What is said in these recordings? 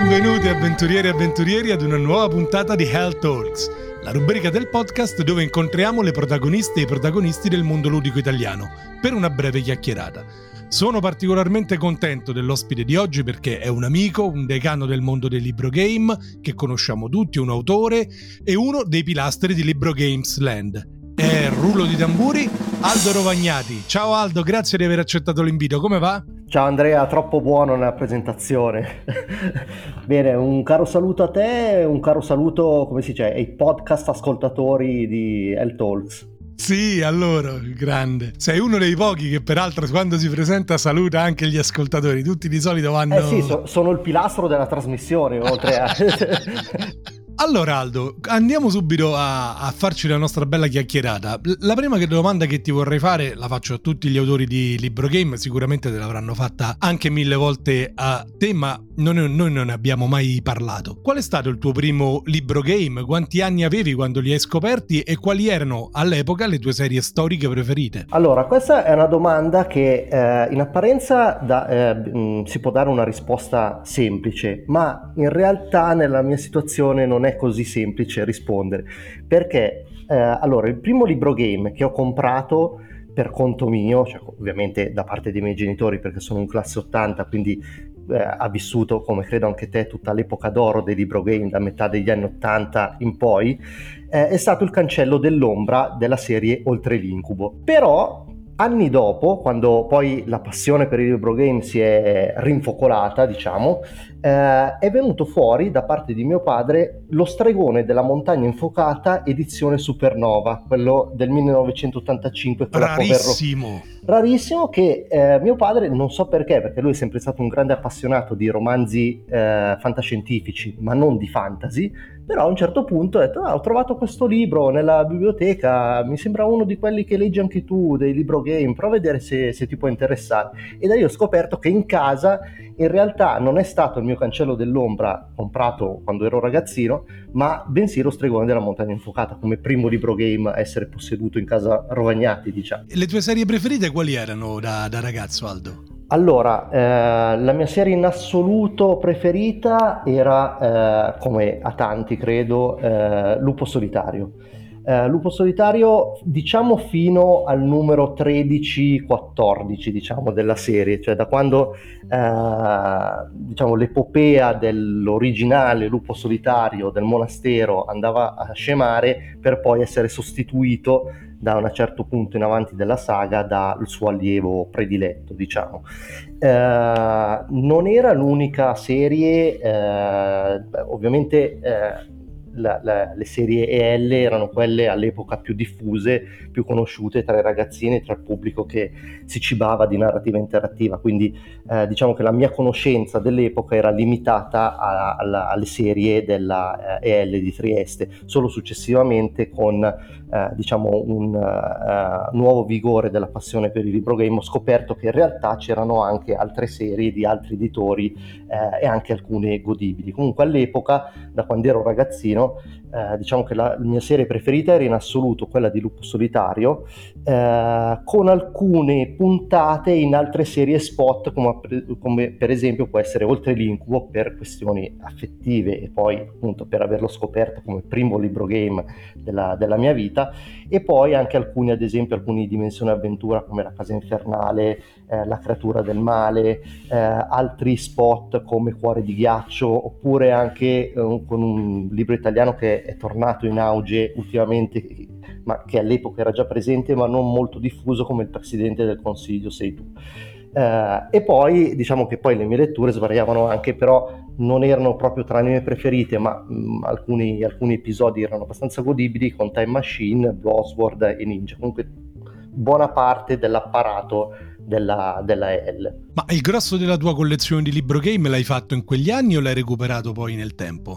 Benvenuti avventurieri e avventurieri ad una nuova puntata di Hell Talks, la rubrica del podcast dove incontriamo le protagoniste e i protagonisti del mondo ludico italiano per una breve chiacchierata. Sono particolarmente contento dell'ospite di oggi perché è un amico, un decano del mondo del libro game che conosciamo tutti, un autore e uno dei pilastri di Libro Games Land. È rullo di tamburi, Aldo Rovagnati. Ciao Aldo, grazie di aver accettato l'invito, come va? Ciao Andrea, troppo buono nella presentazione. Bene, un caro saluto a te, un caro saluto, come si dice, ai podcast ascoltatori di Hell Talks. Sì, allora, grande. Sei uno dei pochi che peraltro quando si presenta saluta anche gli ascoltatori, tutti di solito vanno... Sì, sono il pilastro della trasmissione, oltre a... Allora Aldo, andiamo subito a farci la nostra bella chiacchierata. La prima domanda che ti vorrei fare la faccio a tutti gli autori di Libro Game, sicuramente te l'avranno fatta anche 1000 volte a te, ma noi non ne abbiamo mai parlato. Qual è stato il tuo primo libro game? Quanti anni avevi quando li hai scoperti e quali erano all'epoca le tue serie storiche preferite? Allora, questa è una domanda che in apparenza si può dare una risposta semplice, ma in realtà nella mia situazione non è così semplice rispondere, perché allora il primo libro game che ho comprato per conto mio, cioè ovviamente da parte dei miei genitori perché sono un classe 80, quindi ha vissuto, come credo anche te, tutta l'epoca d'oro dei libro game da metà degli anni 80 in poi, è stato Il Cancello dell'Ombra della serie Oltre l'Incubo. Però anni dopo, quando poi la passione per il libro game si è rinfocolata, diciamo, è venuto fuori da parte di mio padre Lo Stregone della Montagna Infuocata edizione Supernova, quello del 1985. Rarissimo! Rarissimo, che mio padre, non so perché lui è sempre stato un grande appassionato di romanzi fantascientifici, ma non di fantasy, però a un certo punto ha detto: ho trovato questo libro nella biblioteca, mi sembra uno di quelli che leggi anche tu, dei libro game, prova a vedere se ti può interessare. E da lì ho scoperto che in casa in realtà non è stato il mio Cancello dell'Ombra comprato quando ero ragazzino, ma bensì Lo Stregone della Montagna Infuocata come primo libro game a essere posseduto in casa Rovagnati, diciamo. Le tue serie preferite quali erano da ragazzo, Aldo? Allora, la mia serie in assoluto preferita era, come a tanti credo, Lupo Solitario. Lupo Solitario, diciamo fino al numero 13-14, diciamo, della serie, cioè da quando diciamo l'epopea dell'originale Lupo Solitario del monastero andava a scemare per poi essere sostituito da un certo punto in avanti della saga dal suo allievo prediletto, diciamo. Non era l'unica serie, ovviamente le serie EL erano quelle all'epoca più diffuse, più conosciute tra i ragazzini e tra il pubblico che si cibava di narrativa interattiva, quindi diciamo che la mia conoscenza dell'epoca era limitata alle serie della EL di Trieste. Solo successivamente, con diciamo un nuovo vigore della passione per il libro game, ho scoperto che in realtà c'erano anche altre serie di altri editori e anche alcune godibili. Comunque all'epoca, da quando ero ragazzino, diciamo che la mia serie preferita era in assoluto quella di Lupo Solitario, con alcune puntate in altre serie spot, come per esempio può essere Oltre l'Incubo per questioni affettive e poi appunto per averlo scoperto come primo libro game della mia vita, e poi anche alcuni, ad esempio alcuni di Dimensione Avventura come La Casa Infernale, La Creatura del Male, altri spot come Cuore di Ghiaccio, oppure anche con un libro italiano che è tornato in auge ultimamente, ma che all'epoca era già presente ma non molto diffuso, come Il Presidente del Consiglio sei tu. E poi diciamo che poi le mie letture svariavano anche, però non erano proprio tra le mie preferite, ma alcuni episodi erano abbastanza godibili, con Time Machine, Bloodsport e Ninja. Comunque buona parte dell'apparato della EL. Ma il grosso della tua collezione di libro game l'hai fatto in quegli anni o l'hai recuperato poi nel tempo?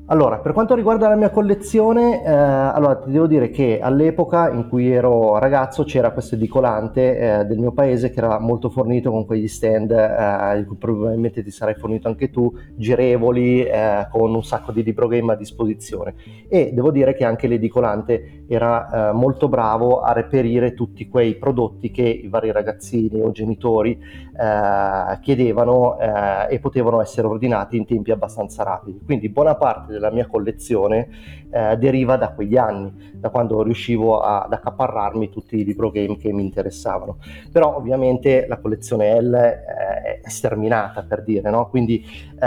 Allora, per quanto riguarda la mia collezione, allora ti devo dire che all'epoca in cui ero ragazzo c'era questo edicolante del mio paese che era molto fornito con quegli stand, di cui probabilmente ti sarai fornito anche tu, girevoli, con un sacco di libro game a disposizione. E devo dire che anche l'edicolante era molto bravo a reperire tutti quei prodotti che i vari ragazzini o genitori chiedevano e potevano essere ordinati in tempi abbastanza rapidi. Quindi buona parte della mia collezione deriva da quegli anni, da quando riuscivo ad accaparrarmi tutti i libro game che mi interessavano. Però ovviamente la collezione L è sterminata, per dire, no? Quindi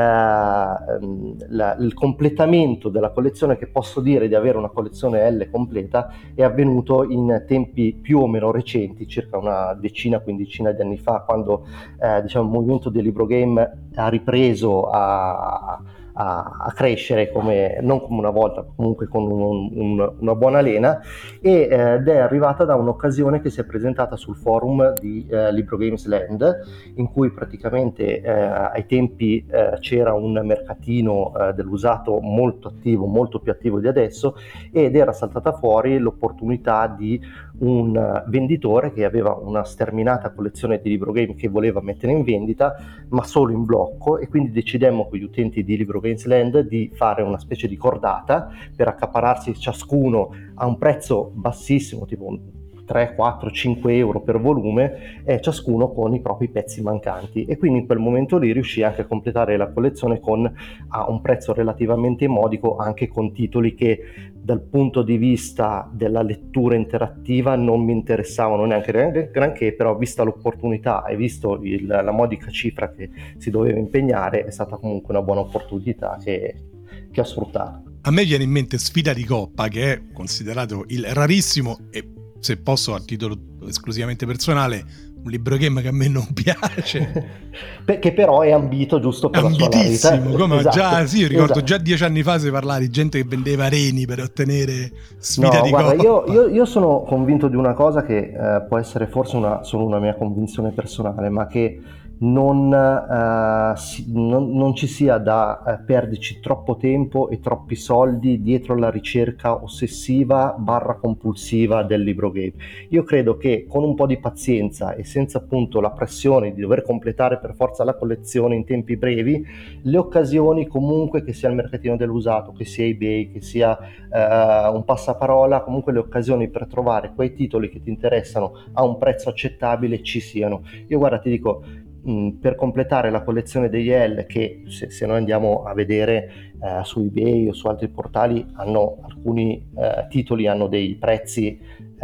il completamento della collezione, che posso dire di avere una collezione L completa, è avvenuto in tempi più o meno recenti, circa una decina, quindicina di anni fa, quando diciamo, il movimento del libro game ha ripreso a crescere, non come una volta, comunque con una buona lena, ed è arrivata da un'occasione che si è presentata sul forum di Libro Games Land, in cui praticamente ai tempi c'era un mercatino dell'usato molto attivo, molto più attivo di adesso, ed era saltata fuori l'opportunità di un venditore che aveva una sterminata collezione di libro game che voleva mettere in vendita, ma solo in blocco, e quindi decidemmo con gli utenti di Libro Games Land di fare una specie di cordata per accapararsi ciascuno a un prezzo bassissimo, tipo 3, 4, 5 euro per volume, ciascuno con i propri pezzi mancanti, e quindi in quel momento lì riuscì anche a completare la collezione a un prezzo relativamente modico, anche con titoli che dal punto di vista della lettura interattiva non mi interessavano neanche granché, però vista l'opportunità e visto la modica cifra che si doveva impegnare, è stata comunque una buona opportunità che ho sfruttato. A me viene in mente Sfida di Coppa, che è considerato il rarissimo e, se posso, a titolo esclusivamente personale, un libro game che a me non piace. Che però è ambito giusto per la sua rarità. Come esatto, già, sì, io ricordo esatto. Già 10 anni fa si parlava di gente che vendeva reni per ottenere Sfida di guarda, Coppa. io sono convinto di una cosa che può essere forse solo una mia convinzione personale, ma che non ci sia da perderci troppo tempo e troppi soldi dietro la ricerca ossessiva / compulsiva del libro game. Io credo che con un po' di pazienza e senza appunto la pressione di dover completare per forza la collezione in tempi brevi, le occasioni, comunque, che sia il mercatino dell'usato, che sia eBay, che sia un passaparola, comunque le occasioni per trovare quei titoli che ti interessano a un prezzo accettabile ci siano. Io guarda, ti dico, per completare la collezione degli L, che se noi andiamo a vedere su eBay o su altri portali, alcuni titoli hanno dei prezzi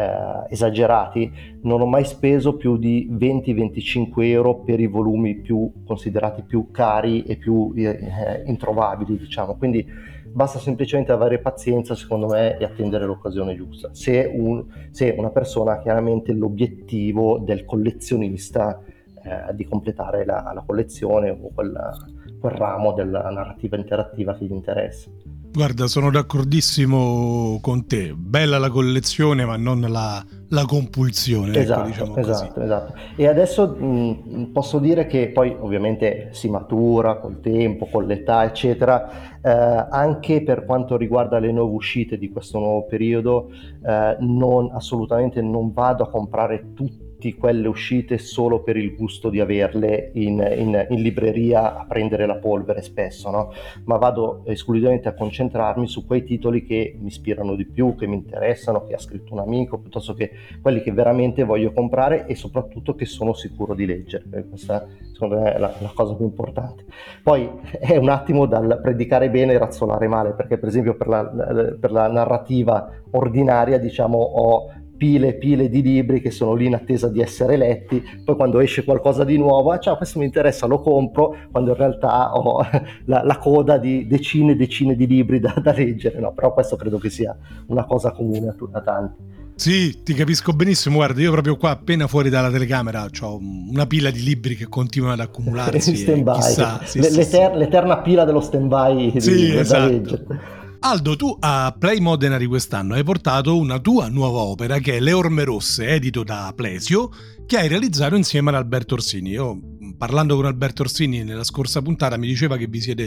esagerati, non ho mai speso più di 20-25 euro per i volumi più considerati più cari e più introvabili, diciamo. Quindi basta semplicemente avere pazienza, secondo me, e attendere l'occasione giusta, se una persona ha chiaramente l'obiettivo del collezionista di completare la collezione o quel ramo della narrativa interattiva che gli interessa. Guarda, sono d'accordissimo con te. Bella la collezione, ma non la compulsione. Esatto, ecco, diciamo esatto, così. esatto. E adesso posso dire che poi ovviamente si matura col tempo, con l'età, eccetera. Anche per quanto riguarda le nuove uscite di questo nuovo periodo, assolutamente non vado a comprare tutte quelle uscite solo per il gusto di averle in libreria a prendere la polvere spesso, no? Ma vado esclusivamente a concentrarmi su quei titoli che mi ispirano di più, che mi interessano, che ha scritto un amico, piuttosto che quelli che veramente voglio comprare e soprattutto che sono sicuro di leggere. Questa secondo me è la cosa più importante. Poi è un attimo dal predicare bene e razzolare male, perché per esempio per la narrativa ordinaria, diciamo, ho pile e pile di libri che sono lì in attesa di essere letti. Poi quando esce qualcosa di nuovo, ciao, questo mi interessa, lo compro, quando in realtà ho la coda di decine e decine di libri da leggere, no? Però questo credo che sia una cosa comune a tanti. Sì, ti capisco benissimo. Guarda, io proprio qua, appena fuori dalla telecamera, ho una pila di libri che continuano ad accumularsi. Chissà, l'eterna pila dello stand-by da leggere. Aldo, tu a Play Modena di quest'anno hai portato una tua nuova opera, che è Le Orme Rosse, edito da Plesio, che hai realizzato insieme ad Alberto Orsini. Io, parlando con Alberto Orsini nella scorsa puntata, mi diceva che vi siete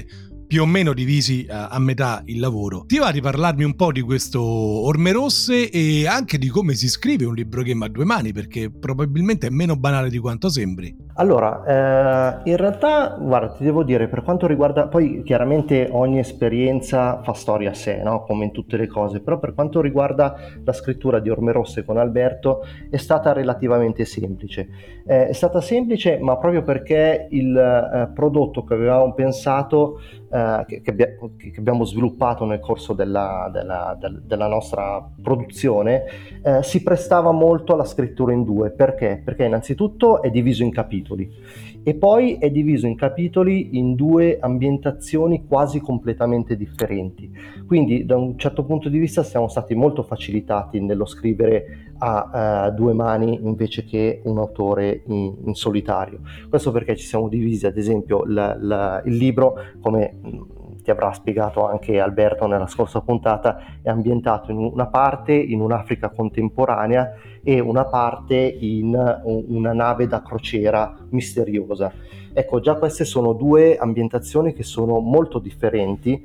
più o meno divisi a metà il lavoro. Ti va di parlarmi un po' di questo Orme Rosse e anche di come si scrive un libro game a due mani, perché probabilmente è meno banale di quanto sembri. Allora, in realtà, guarda, ti devo dire, per quanto riguarda, poi chiaramente ogni esperienza fa storia a sé, no? Come in tutte le cose, però per quanto riguarda la scrittura di Orme Rosse con Alberto è stata relativamente semplice. È stata semplice, ma proprio perché il prodotto che avevamo pensato, che abbiamo sviluppato nel corso della nostra produzione, si prestava molto alla scrittura in due. Perché? Perché innanzitutto è diviso in capitoli e poi è diviso in capitoli in due ambientazioni quasi completamente differenti. Quindi da un certo punto di vista siamo stati molto facilitati nello scrivere a due mani invece che un autore in solitario. Questo perché ci siamo divisi, ad esempio, il libro, come ti avrà spiegato anche Alberto nella scorsa puntata, è ambientato in una parte in un'Africa contemporanea e una parte in una nave da crociera misteriosa. Ecco, già queste sono due ambientazioni che sono molto differenti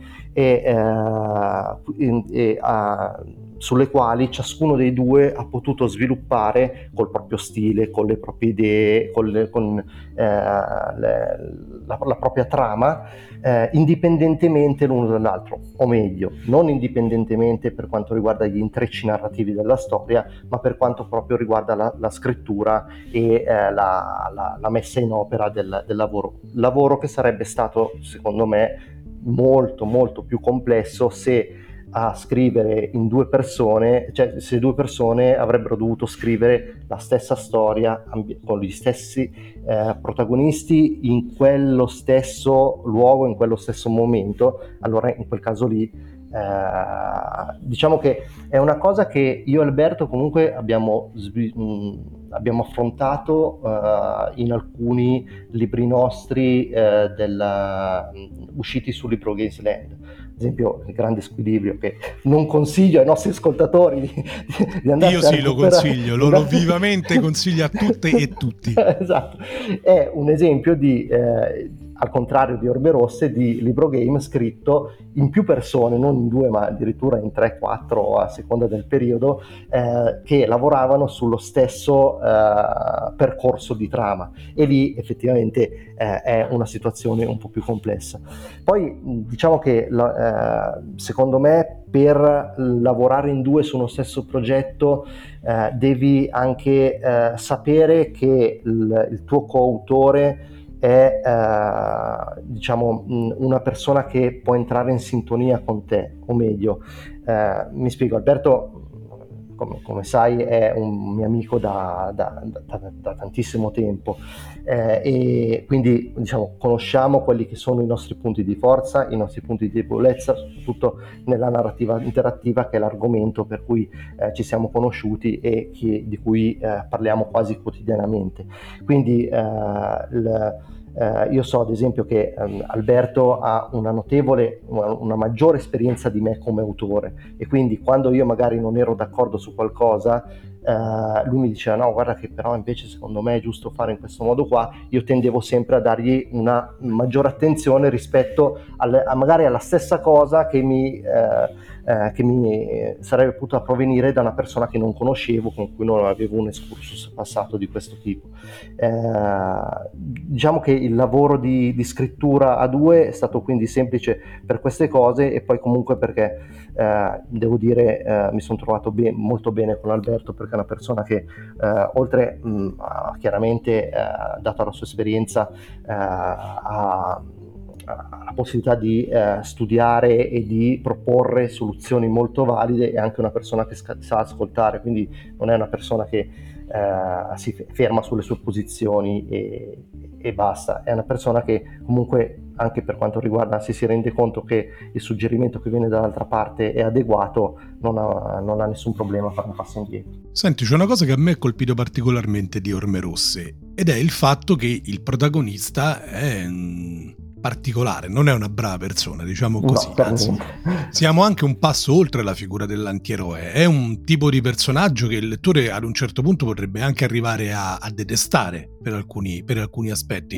sulle quali ciascuno dei due ha potuto sviluppare col proprio stile, con le proprie idee, con la propria trama, indipendentemente l'uno dall'altro, o meglio, non indipendentemente per quanto riguarda gli intrecci narrativi della storia, ma per quanto proprio riguarda la scrittura e la messa in opera del lavoro che sarebbe stato, secondo me, molto molto più complesso se a scrivere in due persone, cioè se due persone avrebbero dovuto scrivere la stessa storia con gli stessi protagonisti in quello stesso luogo, in quello stesso momento. Allora in quel caso lì diciamo che è una cosa che io e Alberto comunque abbiamo affrontato in alcuni libri nostri usciti su Libro Games Land. Ad esempio Il Grande Squilibrio, che non consiglio ai nostri ascoltatori di andare a recuperare. Io sì, lo consiglio, lo vivamente consiglio a tutte e tutti. Esatto, è un esempio di, al contrario di Orme Rosse, di libro game scritto in più persone, non in due ma addirittura in 3-4 a seconda del periodo, che lavoravano sullo stesso percorso di trama, e lì effettivamente è una situazione un po' più complessa. Poi diciamo che secondo me per lavorare in due su uno stesso progetto devi anche sapere che il tuo coautore è diciamo una persona che può entrare in sintonia con te, o meglio, mi spiego. Alberto, come sai, è un mio amico da tantissimo tempo, e quindi diciamo conosciamo quelli che sono i nostri punti di forza, i nostri punti di debolezza, soprattutto nella narrativa interattiva, che è l'argomento per cui ci siamo conosciuti e di cui parliamo quasi quotidianamente. Quindi io so ad esempio che Alberto ha una maggiore esperienza di me come autore, e quindi quando io magari non ero d'accordo su qualcosa, lui mi diceva no, guarda che però invece secondo me è giusto fare in questo modo qua. Io tendevo sempre a dargli una maggiore attenzione rispetto magari alla stessa cosa che mi sarebbe potuta provenire da una persona che non conoscevo, con cui non avevo un excursus passato di questo tipo. Diciamo che il lavoro di scrittura a due è stato quindi semplice per queste cose, e poi comunque perché devo dire mi sono trovato molto bene con Alberto, perché è una persona che oltre chiaramente dato la sua esperienza ha la possibilità di studiare e di proporre soluzioni molto valide, è anche una persona che sa ascoltare, quindi non è una persona che si ferma sulle sue posizioni e basta. È una persona che comunque, anche per quanto riguarda, se si rende conto che il suggerimento che viene dall'altra parte è adeguato, non ha nessun problema a fare un passo indietro. Senti, c'è una cosa che a me ha colpito particolarmente di Orme Rosse, ed è il fatto che il protagonista è particolare, non è una brava persona, diciamo così. No, anzi, siamo anche un passo oltre la figura dell'antieroe. È un tipo di personaggio che il lettore ad un certo punto potrebbe anche arrivare a detestare per alcuni aspetti.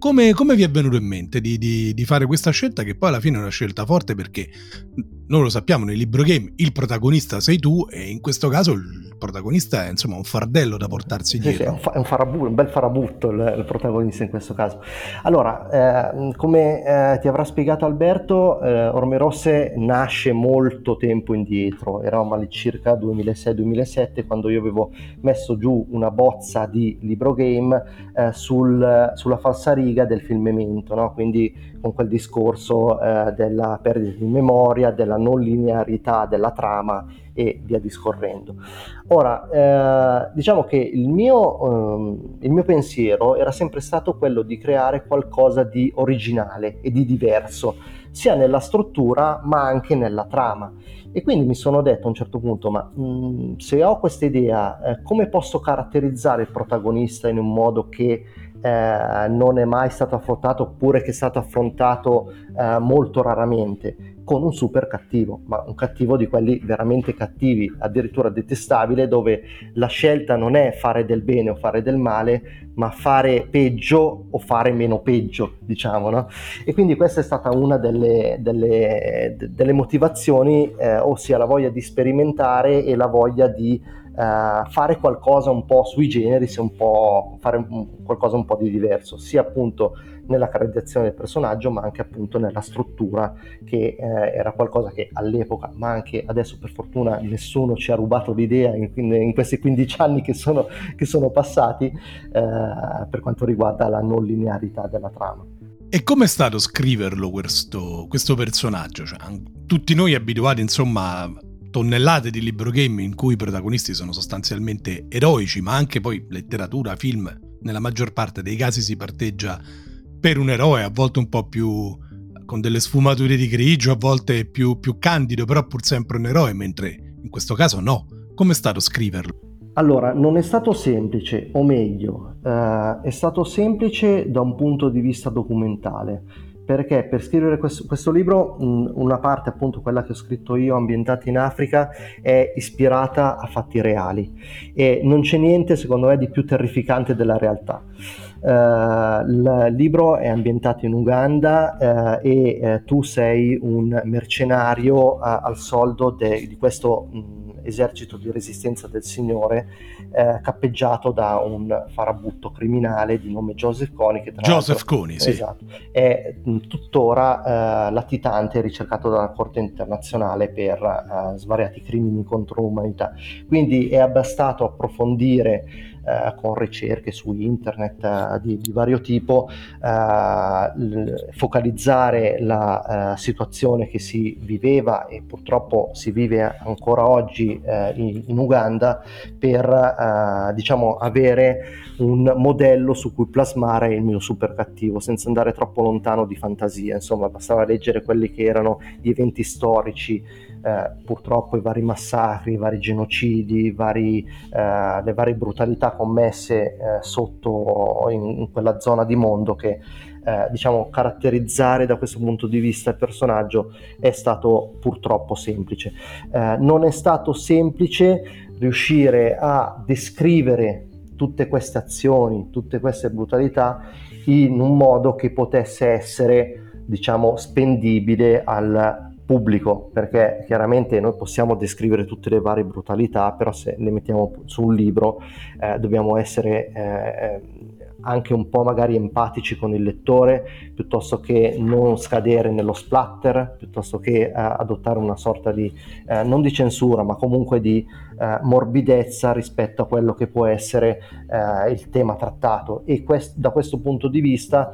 come vi è venuto in mente di fare questa scelta, che poi alla fine è una scelta forte, perché noi lo sappiamo, nei libro game il protagonista sei tu, e in questo caso il protagonista è insomma un fardello da portarsi dietro. Sì, è un bel farabutto il protagonista in questo caso. Allora, come ti avrà spiegato Alberto, Orme Rosse nasce molto tempo indietro, eravamo all'incirca 2006-2007, quando io avevo messo giù una bozza di libro game sulla falsariga del film Memento, no? Quindi con quel discorso della perdita di memoria, della non linearità della trama e via discorrendo. Ora, diciamo che il mio pensiero era sempre stato quello di creare qualcosa di originale e di diverso, sia nella struttura ma anche nella trama. E quindi mi sono detto a un certo punto, ma se ho questa idea, come posso caratterizzare il protagonista in un modo che non è mai stato affrontato, oppure che è stato affrontato molto raramente, con un super cattivo, ma un cattivo di quelli veramente cattivi, addirittura detestabile, dove la scelta non è fare del bene o fare del male, ma fare peggio o fare meno peggio, diciamo, no? E quindi questa è stata una delle motivazioni, ossia la voglia di sperimentare e la voglia di fare qualcosa un po' sui generis, fare qualcosa un po' di diverso, sia appunto nella caratterizzazione del personaggio, ma anche appunto nella struttura, che era qualcosa che all'epoca, ma anche adesso per fortuna, nessuno ci ha rubato l'idea in questi 15 anni che sono passati, per quanto riguarda la non linearità della trama. E com'è stato scriverlo questo personaggio? Cioè, tutti noi abituati insomma a tonnellate di libro game in cui i protagonisti sono sostanzialmente eroici, ma anche poi letteratura, film, nella maggior parte dei casi si parteggia per un eroe, a volte un po' più con delle sfumature di grigio, a volte più candido, però pur sempre un eroe, mentre in questo caso no. Com'è stato scriverlo? Allora, non è stato semplice, o meglio, è stato semplice da un punto di vista documentale, perché per scrivere questo libro, una parte, appunto quella che ho scritto io, ambientata in Africa, è ispirata a fatti reali, e non c'è niente secondo me di più terrificante della realtà. Il libro è ambientato in Uganda, e tu sei un mercenario al soldo di questo esercito di resistenza del Signore, cappeggiato da un farabutto criminale di nome Joseph Kony, che Joseph Kony, sì. Esatto, è tuttora latitante e ricercato dalla Corte internazionale per svariati crimini contro l'umanità. Quindi è bastato approfondire con ricerche su internet di vario tipo, focalizzare la situazione che si viveva e purtroppo si vive ancora oggi in Uganda, per diciamo avere un modello su cui plasmare il mio super cattivo, senza andare troppo lontano di fantasia. Insomma, bastava leggere quelli che erano gli eventi storici, purtroppo i vari massacri, i vari genocidi, le varie brutalità commesse sotto in quella zona di mondo, che diciamo caratterizzare da questo punto di vista il personaggio è stato purtroppo semplice. Non è stato semplice riuscire a descrivere tutte queste azioni, tutte queste brutalità in un modo che potesse essere, diciamo, spendibile al pubblico, perché chiaramente noi possiamo descrivere tutte le varie brutalità, però se le mettiamo su un libro dobbiamo essere anche un po' magari empatici con il lettore, piuttosto che non scadere nello splatter, piuttosto che adottare una sorta di non di censura, ma comunque di morbidezza rispetto a quello che può essere il tema trattato. E da questo punto di vista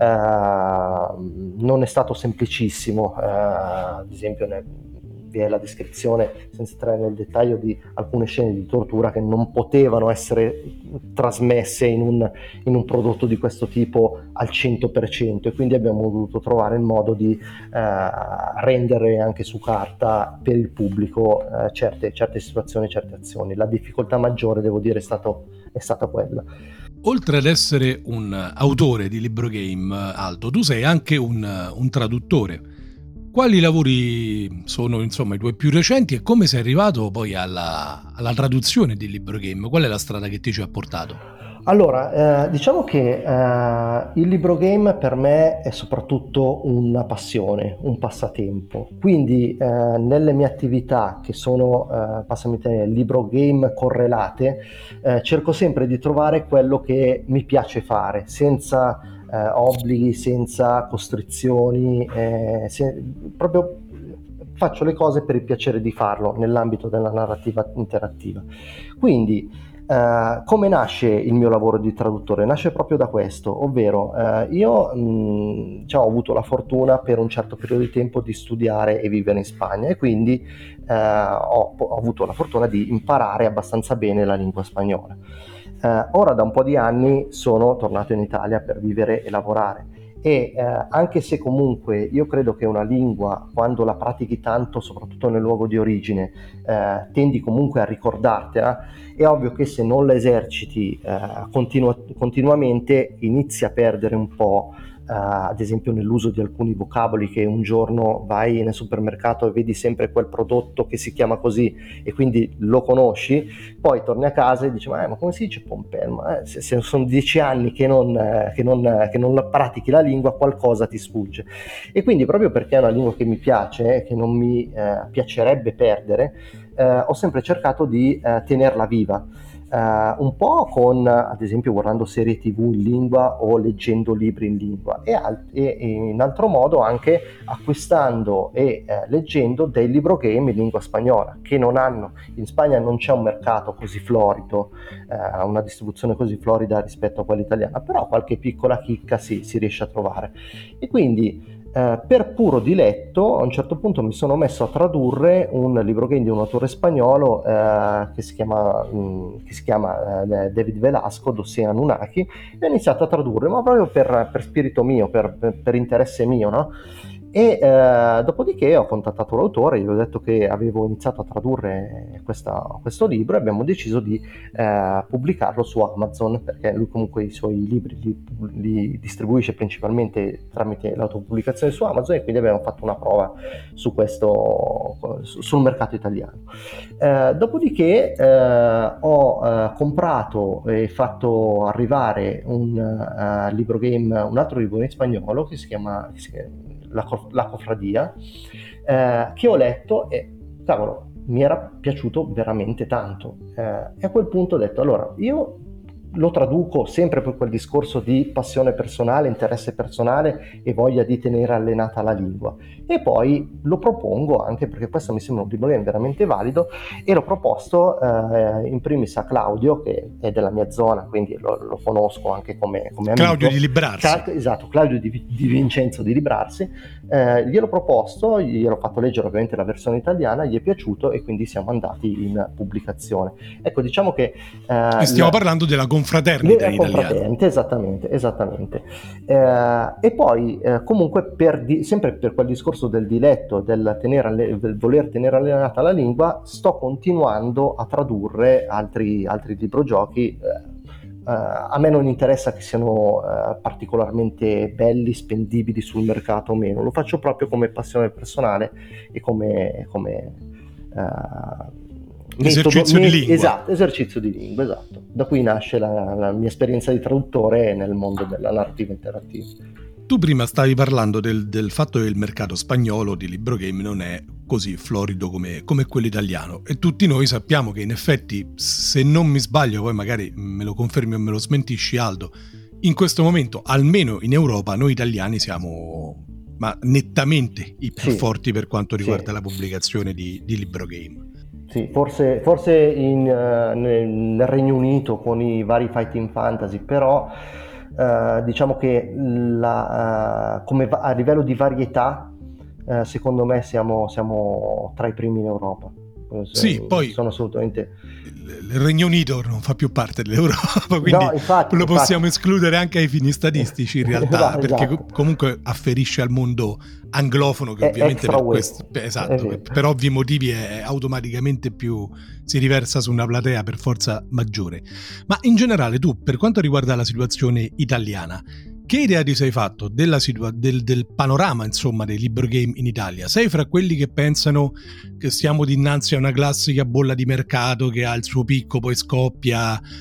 non è stato semplicissimo. Ad esempio vi è la descrizione, senza entrare nel dettaglio, di alcune scene di tortura che non potevano essere trasmesse in un prodotto di questo tipo al 100%, e quindi abbiamo dovuto trovare il modo di rendere anche su carta per il pubblico certe situazioni, certe azioni. La difficoltà maggiore, devo dire, è stata quella. Oltre ad essere un autore di libro game, Aldo, tu sei anche un traduttore. Quali lavori sono, insomma, i tuoi più recenti, e come sei arrivato poi alla traduzione di libro game? Qual è la strada che ti ci ha portato? Allora, diciamo che il libro game per me è soprattutto una passione, un passatempo. Quindi nelle mie attività che sono, passami il termine, libro game correlate, cerco sempre di trovare quello che mi piace fare, senza obblighi, senza costrizioni, proprio faccio le cose per il piacere di farlo nell'ambito della narrativa interattiva. Quindi come nasce il mio lavoro di traduttore? Nasce proprio da questo, ovvero io ho avuto la fortuna per un certo periodo di tempo di studiare e vivere in Spagna, e quindi ho avuto la fortuna di imparare abbastanza bene la lingua spagnola. Ora da un po' di anni sono tornato in Italia per vivere e lavorare. E anche se comunque io credo che una lingua, quando la pratichi tanto, soprattutto nel luogo di origine, tendi comunque a ricordartela, è ovvio che se non la eserciti continuamente inizi a perdere un po', ad esempio nell'uso di alcuni vocaboli, che un giorno vai nel supermercato e vedi sempre quel prodotto che si chiama così e quindi lo conosci, poi torni a casa e dici ma come si dice pompelmo? Se sono 10 anni che non pratichi la lingua, qualcosa ti sfugge. E quindi proprio perché è una lingua che mi piace, che non mi piacerebbe perdere, ho sempre cercato di tenerla viva. Un po' con, ad esempio, guardando serie TV in lingua o leggendo libri in lingua, e in altro modo anche acquistando e leggendo dei libro game in lingua spagnola, che non hanno, in Spagna non c'è un mercato così florido, una distribuzione così florida rispetto a quella italiana, però qualche piccola chicca si riesce a trovare. E quindi per puro diletto a un certo punto mi sono messo a tradurre un libro game di un autore spagnolo che si chiama David Velasco, Dossier Anunnaki, e ho iniziato a tradurre, ma proprio per spirito mio, per interesse mio, no? E dopodiché ho contattato l'autore, gli ho detto che avevo iniziato a tradurre questo libro, e abbiamo deciso di pubblicarlo su Amazon, perché lui comunque i suoi libri li distribuisce principalmente tramite l'autopubblicazione su Amazon, e quindi abbiamo fatto una prova su questo sul mercato italiano. Dopodiché ho comprato e fatto arrivare un altro libro in spagnolo che si chiama La Cofradia, che ho letto e cavolo, mi era piaciuto veramente tanto, e a quel punto ho detto allora io lo traduco sempre per quel discorso di passione personale, interesse personale e voglia di tenere allenata la lingua, e poi lo propongo anche perché questo mi sembra un libro veramente valido, e l'ho proposto in primis a Claudio, che è della mia zona, quindi lo conosco anche come amico. Claudio di Librarsi. Esatto, Claudio di Vincenzo di Librarsi. Gliel'ho proposto, gliel'ho fatto leggere ovviamente la versione italiana, gli è piaciuto e quindi siamo andati in pubblicazione. Ecco, diciamo che stiamo parlando della confraternita italiana. Esattamente. E poi comunque sempre per quel discorso del diletto, del voler tenere allenata la lingua, sto continuando a tradurre altri librogiochi. A me non interessa che siano particolarmente belli, spendibili sul mercato o meno, lo faccio proprio come passione personale e come esercizio di lingua. Esatto, esercizio di lingua, esatto. Da qui nasce la mia esperienza di traduttore nel mondo della narrativa interattiva. Tu prima stavi parlando del fatto che il mercato spagnolo di libro game non è così florido come quello italiano, e tutti noi sappiamo che in effetti, se non mi sbaglio, poi magari me lo confermi o me lo smentisci Aldo, in questo momento almeno in Europa noi italiani siamo nettamente i più forti per quanto riguarda la pubblicazione di libro game. Sì, forse nel Regno Unito con i vari fighting fantasy, però diciamo che come a livello di varietà secondo me siamo tra i primi in Europa. Sì, poi sono assolutamente... il Regno Unito non fa piparte dell'Europa, quindi lo possiamo escludere anche ai fini statistici in realtà, perché comunque afferisce al mondo anglofono, che ovviamente per ovvi motivi è automaticamente più, si riversa su una platea per forza maggiore. Ma in generale tu, per quanto riguarda la situazione italiana, che idea ti sei fatto del panorama, insomma, dei libro game in Italia? Sei fra quelli che pensano che siamo dinanzi a una classica bolla di mercato che ha il suo picco, poi scoppia,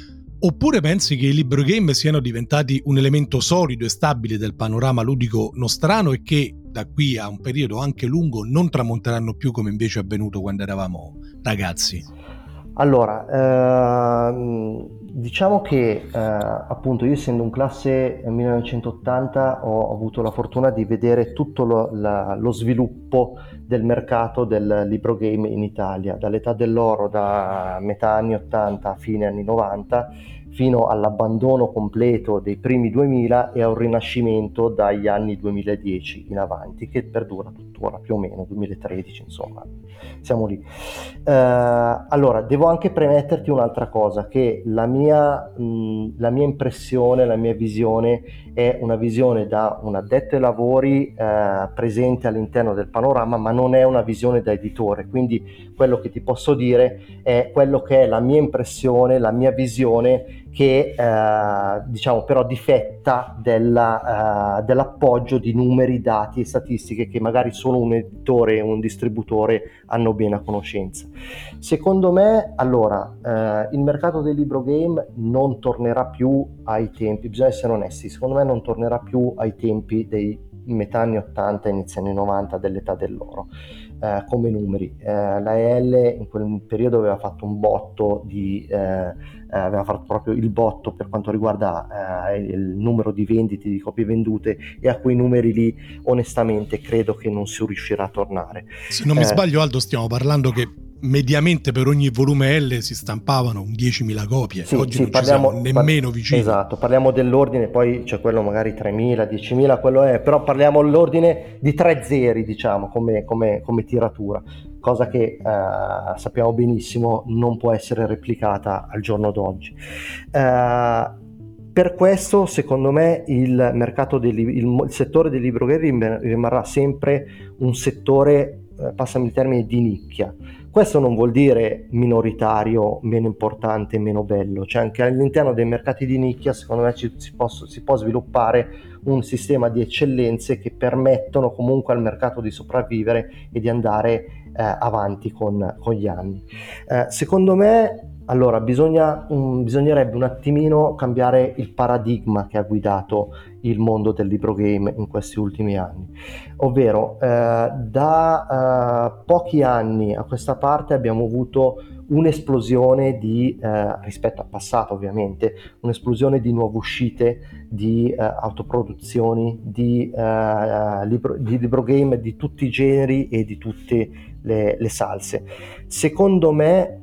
Oppure pensi che i libro game siano diventati un elemento solido e stabile del panorama ludico nostrano e che da qui a un periodo anche lungo non tramonteranno più come invece è avvenuto quando eravamo ragazzi? Allora, diciamo che appunto io essendo un classe 1980 ho avuto la fortuna di vedere tutto lo sviluppo del mercato del libro game in Italia, dall'età dell'oro, da metà anni 80 a fine anni 90, fino all'abbandono completo dei primi 2000 e a un rinascimento dagli anni 2010 in avanti, che perdura tuttora più o meno, 2013 insomma, siamo lì. Allora, devo anche premetterti un'altra cosa, che la mia impressione, la mia visione è una visione da un addetto ai lavori presente all'interno del panorama, ma non è una visione da editore, quindi quello che ti posso dire è quello che è la mia impressione, la mia visione, che diciamo però difetta dell'appoggio di numeri, dati e statistiche che magari solo un editore e un distributore hanno bene a conoscenza. Secondo me, allora, il mercato del libro game non tornerà più ai tempi, bisogna essere onesti, secondo me non tornerà più ai tempi dei metà anni 80 inizio anni 90 dell'età dell'oro. Come numeri, la EL in quel periodo aveva fatto un botto aveva fatto proprio il botto per quanto riguarda il numero di vendite, di copie vendute, e a quei numeri lì onestamente credo che non si riuscirà a tornare. Se non mi sbaglio, Aldo, stiamo parlando che mediamente per ogni volume L si stampavano 10.000 copie. Sì, Oggi sì, non ci siamo nemmeno vicini. Esatto, parliamo dell'ordine, poi c'è quello magari 3.000, 10.000, quello è, però parliamo dell'ordine di 3 zeri, diciamo, come tiratura, cosa che sappiamo benissimo non può essere replicata al giorno d'oggi. Per questo, secondo me, il mercato il settore dei libro game rimarrà sempre un settore, passami il termine, di nicchia. Questo non vuol dire minoritario, meno importante, meno bello, cioè anche all'interno dei mercati di nicchia secondo me si può sviluppare un sistema di eccellenze che permettono comunque al mercato di sopravvivere e di andare avanti con gli anni. Secondo me, allora, bisognerebbe un attimino cambiare il paradigma che ha guidato il mondo del libro game in questi ultimi anni, ovvero da pochi anni a questa parte abbiamo avuto un'esplosione rispetto al passato ovviamente, un'esplosione di nuove uscite, di autoproduzioni, di libro game di tutti i generi e di tutte le salse. Secondo me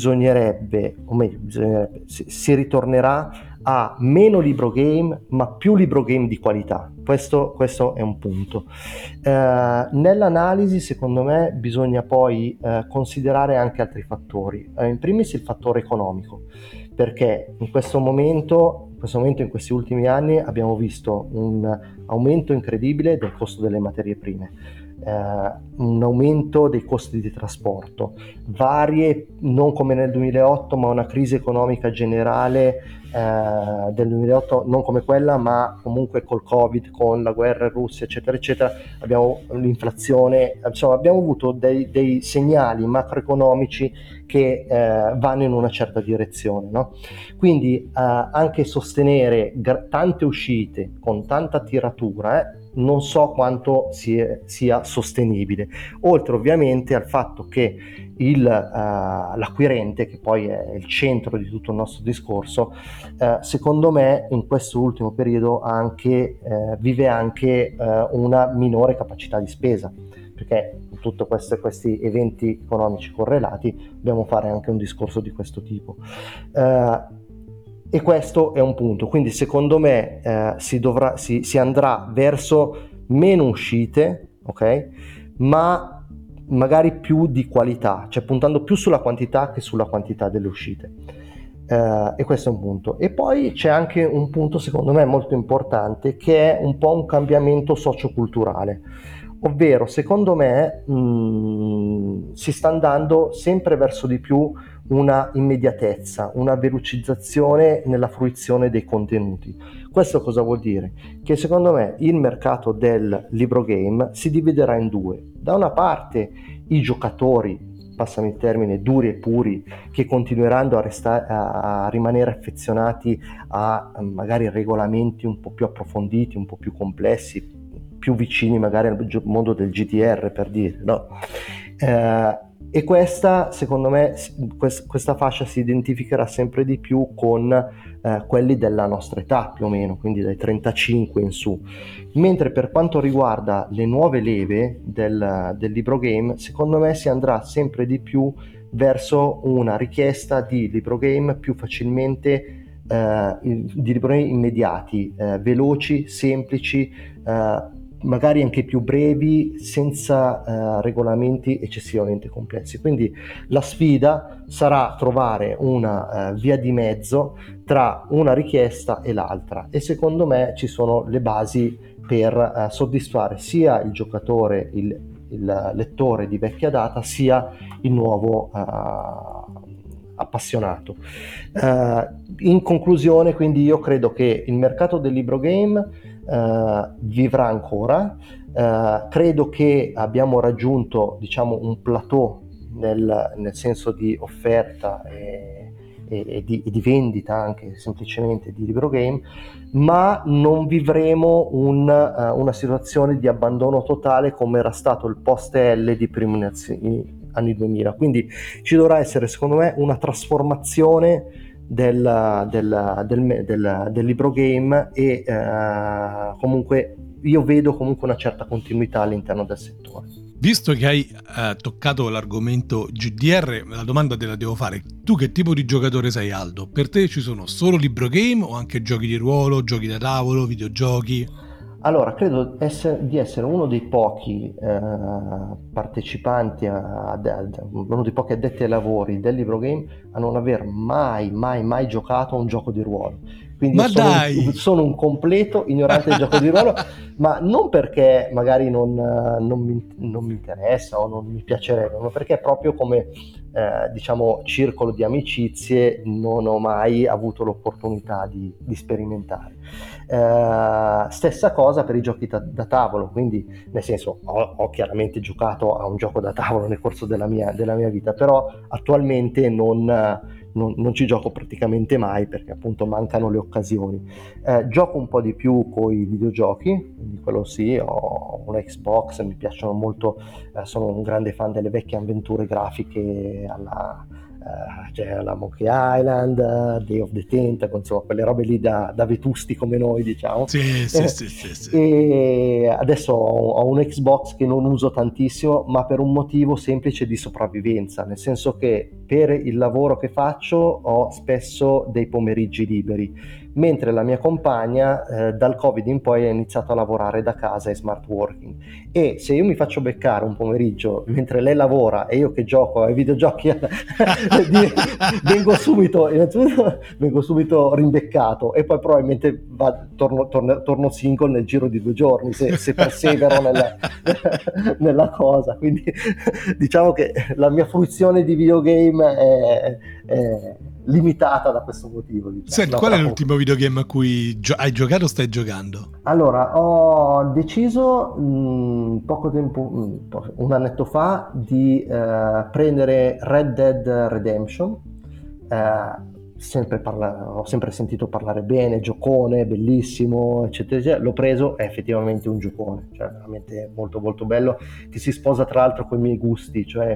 si ritornerà a meno libro game ma più libro game di qualità. Questo è un punto. Nell'analisi secondo me bisogna poi considerare anche altri fattori, in primis il fattore economico, perché in questo momento in questi ultimi anni abbiamo visto un aumento incredibile del costo delle materie prime, un aumento dei costi di trasporto, varie, non come nel 2008 ma una crisi economica generale del 2008, non come quella ma comunque col Covid, con la guerra in Russia eccetera eccetera, abbiamo l'inflazione, insomma abbiamo avuto dei segnali macroeconomici che vanno in una certa direzione, no? Quindi anche sostenere tante uscite con tanta tiratura non so quanto sia sostenibile, oltre ovviamente al fatto che l'acquirente, che poi è il centro di tutto il nostro discorso, secondo me in questo ultimo periodo vive anche una minore capacità di spesa, perché in tutti questi eventi economici correlati dobbiamo fare anche un discorso di questo tipo. E questo è un punto, quindi secondo me si andrà verso meno uscite, ok? Ma magari più di qualità, cioè puntando più sulla quantità che sulla quantità delle uscite. E questo è un punto. E poi c'è anche un punto secondo me molto importante, che è un po' un cambiamento socioculturale, ovvero secondo me si sta andando sempre verso di più una immediatezza, una velocizzazione nella fruizione dei contenuti. Questo cosa vuol dire? Che secondo me il mercato del libro game si dividerà in due. Da una parte i giocatori passami il termine, duri e puri, che continueranno a rimanere affezionati a magari regolamenti un po' più approfonditi, un po' più complessi, più vicini magari al mondo del GDR, per dire, no? E questa, secondo me, questa fascia si identificherà sempre di più con quelli della nostra età, più o meno, quindi dai 35 in su. Mentre per quanto riguarda le nuove leve del libro game, secondo me si andrà sempre di più verso una richiesta di libro game più facilmente, di libro game immediati, veloci, semplici, magari anche più brevi, senza regolamenti eccessivamente complessi. Quindi la sfida sarà trovare una via di mezzo tra una richiesta e l'altra, e secondo me ci sono le basi per soddisfare sia il giocatore, il lettore di vecchia data, sia il nuovo appassionato. In conclusione, quindi, io credo che il mercato del libro game vivrà ancora. Credo che abbiamo raggiunto, diciamo, un plateau nel senso di offerta e di vendita anche semplicemente di libro game, ma non vivremo una situazione di abbandono totale come era stato il post-L di primi anni 2000. Quindi ci dovrà essere, secondo me, una trasformazione del libro game, e comunque io vedo comunque una certa continuità all'interno del settore. Visto che hai toccato l'argomento GDR, la domanda te la devo fare. Tu che tipo di giocatore sei, Aldo? Per te ci sono solo libro game o anche giochi di ruolo, giochi da tavolo, videogiochi? Allora, credo di essere uno dei pochi partecipanti, uno dei pochi addetti ai lavori del libro game a non aver mai giocato a un gioco di ruolo. Quindi sono un completo ignorante del gioco di ruolo, ma non perché magari non mi interessa o non mi piacerebbe, ma perché proprio come diciamo circolo di amicizie non ho mai avuto l'opportunità di sperimentare. Stessa cosa per i giochi da tavolo, quindi nel senso ho chiaramente giocato a un gioco da tavolo nel corso della mia vita, però attualmente non ci gioco praticamente mai, perché appunto mancano le occasioni. Gioco un po' di più con i videogiochi, quindi quello sì, ho una Xbox, mi piacciono molto, sono un grande fan delle vecchie avventure grafiche alla Monkey Island, Day of the Tentacle, insomma quelle robe lì da vetusti come noi, diciamo. Sì. E adesso ho un Xbox che non uso tantissimo, ma per un motivo semplice di sopravvivenza, nel senso che per il lavoro che faccio ho spesso dei pomeriggi liberi, mentre la mia compagna dal Covid in poi ha iniziato a lavorare da casa e smart working, e se io mi faccio beccare un pomeriggio mentre lei lavora e io che gioco ai videogiochi vengo subito rimbeccato, e poi probabilmente torno single nel giro di 2 giorni se persevero nella cosa. Quindi diciamo che la mia fruizione di videogame è limitata da questo motivo, diciamo. Senti, qual è l'ultimo videogame a cui hai giocato o stai giocando? Allora, ho deciso poco tempo, un annetto fa, di prendere Red Dead Redemption. Ho sempre sentito parlare bene, giocone, bellissimo, eccetera, eccetera. L'ho preso, è effettivamente un giocone, cioè veramente molto molto bello, che si sposa tra l'altro con i miei gusti, cioè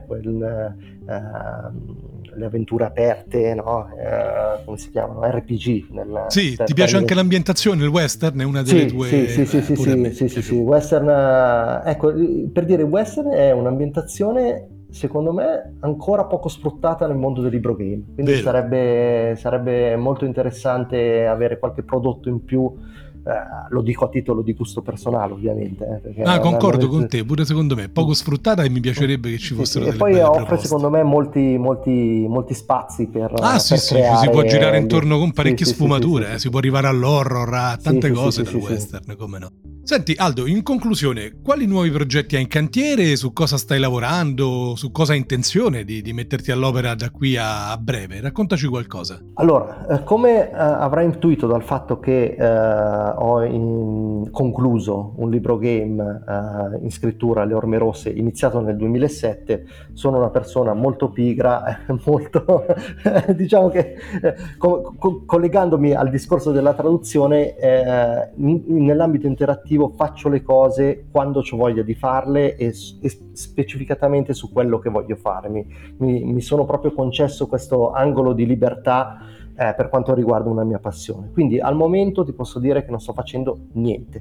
le avventure aperte, no? Come si chiamano? RPG. Sì, ti piace anche l'ambientazione, il western è una delle tue... Sì, western, ecco, per dire, western è un'ambientazione secondo me ancora poco sfruttata nel mondo del libro game, quindi sarebbe molto interessante avere qualche prodotto in più. Lo dico a titolo di gusto personale, ovviamente, concordo con te, pure secondo me poco sfruttata, e mi piacerebbe che ci fossero delle belle proposte. E poi offre secondo me molti spazi per creare, si può girare intorno con parecchie sfumature, si può arrivare all'horror, a tante cose dal western, come no. Senti Aldo, in conclusione, quali nuovi progetti hai in cantiere, su cosa stai lavorando, su cosa hai intenzione di metterti all'opera da qui a breve? Raccontaci qualcosa. Allora, come avrai intuito dal fatto che come concluso un libro game in scrittura alle Orme Rosse, iniziato nel 2007. Sono una persona molto pigra, molto diciamo che collegandomi al discorso della traduzione, nell'ambito interattivo faccio le cose quando ho voglia di farle e specificatamente su quello che voglio fare. Mi sono proprio concesso questo angolo di libertà per quanto riguarda una mia passione. Quindi al momento ti posso dire che non sto facendo niente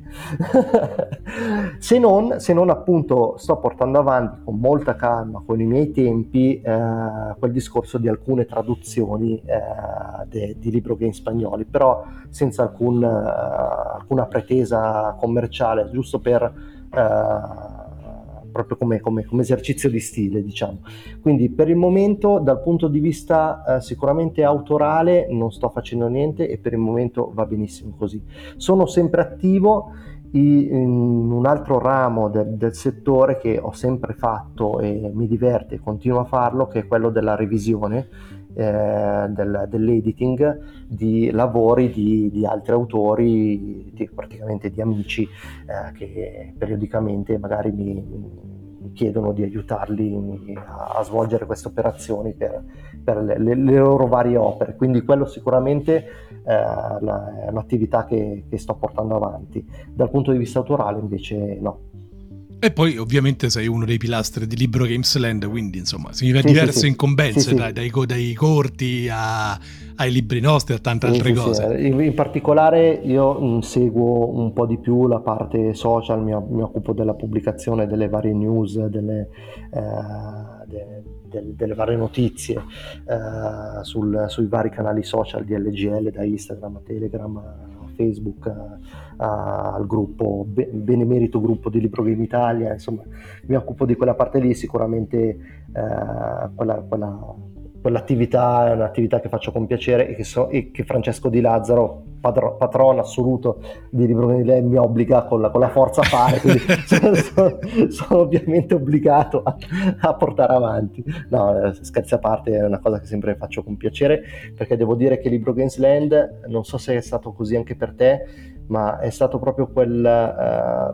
se non appunto sto portando avanti con molta calma, con i miei tempi, quel discorso di alcune traduzioni di libro spagnoli, però senza alcuna pretesa commerciale, giusto per proprio come esercizio di stile, diciamo. Quindi per il momento, dal punto di vista sicuramente autorale, non sto facendo niente e per il momento va benissimo così. Sono sempre attivo in un altro ramo del settore che ho sempre fatto e mi diverte e continuo a farlo, che è quello della revisione, dell'editing di lavori di altri autori, praticamente di amici che periodicamente magari mi chiedono di aiutarli a svolgere queste operazioni per le loro varie opere. Quindi quello sicuramente è un'attività che sto portando avanti. Dal punto di vista autorale invece no. E poi ovviamente sei uno dei pilastri di Libro Games Land, quindi insomma si vive diverse incombenze, dai corti ai libri nostri, a tante altre cose. In particolare io seguo un po' di più la parte social, mi occupo della pubblicazione delle varie news, delle varie notizie sui vari canali social di LGL, da Instagram a Telegram a Facebook, al gruppo benemerito gruppo di Libro Game Italia. Insomma, mi occupo di quella parte lì. Sicuramente quell'attività è un'attività che faccio con piacere e che Francesco Di Lazzaro, patrono assoluto di Libro Game Italia, mi obbliga con la forza a fare, quindi sono ovviamente obbligato a portare avanti. No, scherzi a parte, è una cosa che sempre faccio con piacere, perché devo dire che Libro Games Land, non so se è stato così anche per te, ma è stato proprio quella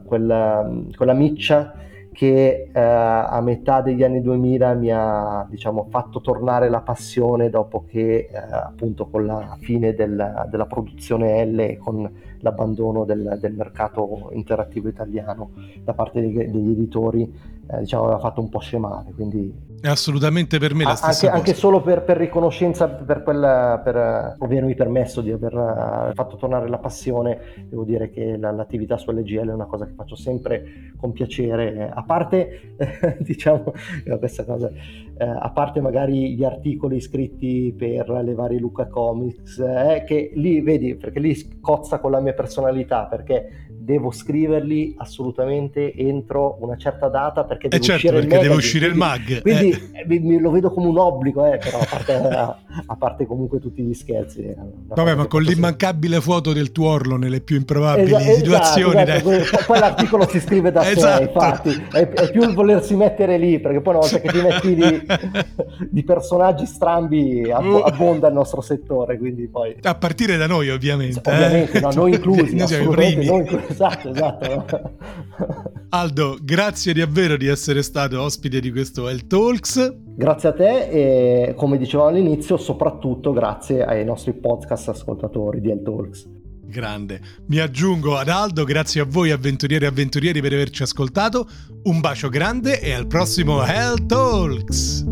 miccia che a metà degli anni 2000 mi ha, diciamo, fatto tornare la passione, dopo che appunto con la fine della produzione L e con l'abbandono del mercato interattivo italiano da parte degli editori, diciamo, aveva fatto un po' scemare. Quindi è assolutamente per me la stessa cosa. Anche solo per riconoscenza, per avermi permesso di aver fatto tornare la passione. Devo dire che l'attività su LGL è una cosa che faccio sempre con piacere, a parte diciamo questa cosa, a parte magari gli articoli scritti per le varie Luca Comics, che lì vedi, perché lì scozza con la mia personalità, perché devo scriverli assolutamente entro una certa data, perché deve uscire il mag, quindi lo vedo come un obbligo, però a parte comunque tutti gli scherzi. Vabbè, ma con l'immancabile foto del tuo orlo nelle più improbabili situazioni. Esatto. Poi l'articolo si scrive da sé, infatti è più il volersi mettere lì, perché poi una volta che ti metti lì di personaggi strambi abbonda il nostro settore, quindi poi a partire da noi ovviamente, no, noi inclusi, noi siamo i primi. Esatto. Aldo, grazie davvero di essere stato ospite di questo Hell Talks. Grazie a te e, come dicevamo all'inizio, soprattutto grazie ai nostri podcast ascoltatori di Hell Talks. Grande, mi aggiungo ad Aldo, grazie a voi avventurieri e avventurieri per averci ascoltato, un bacio grande e al prossimo Hell Talks!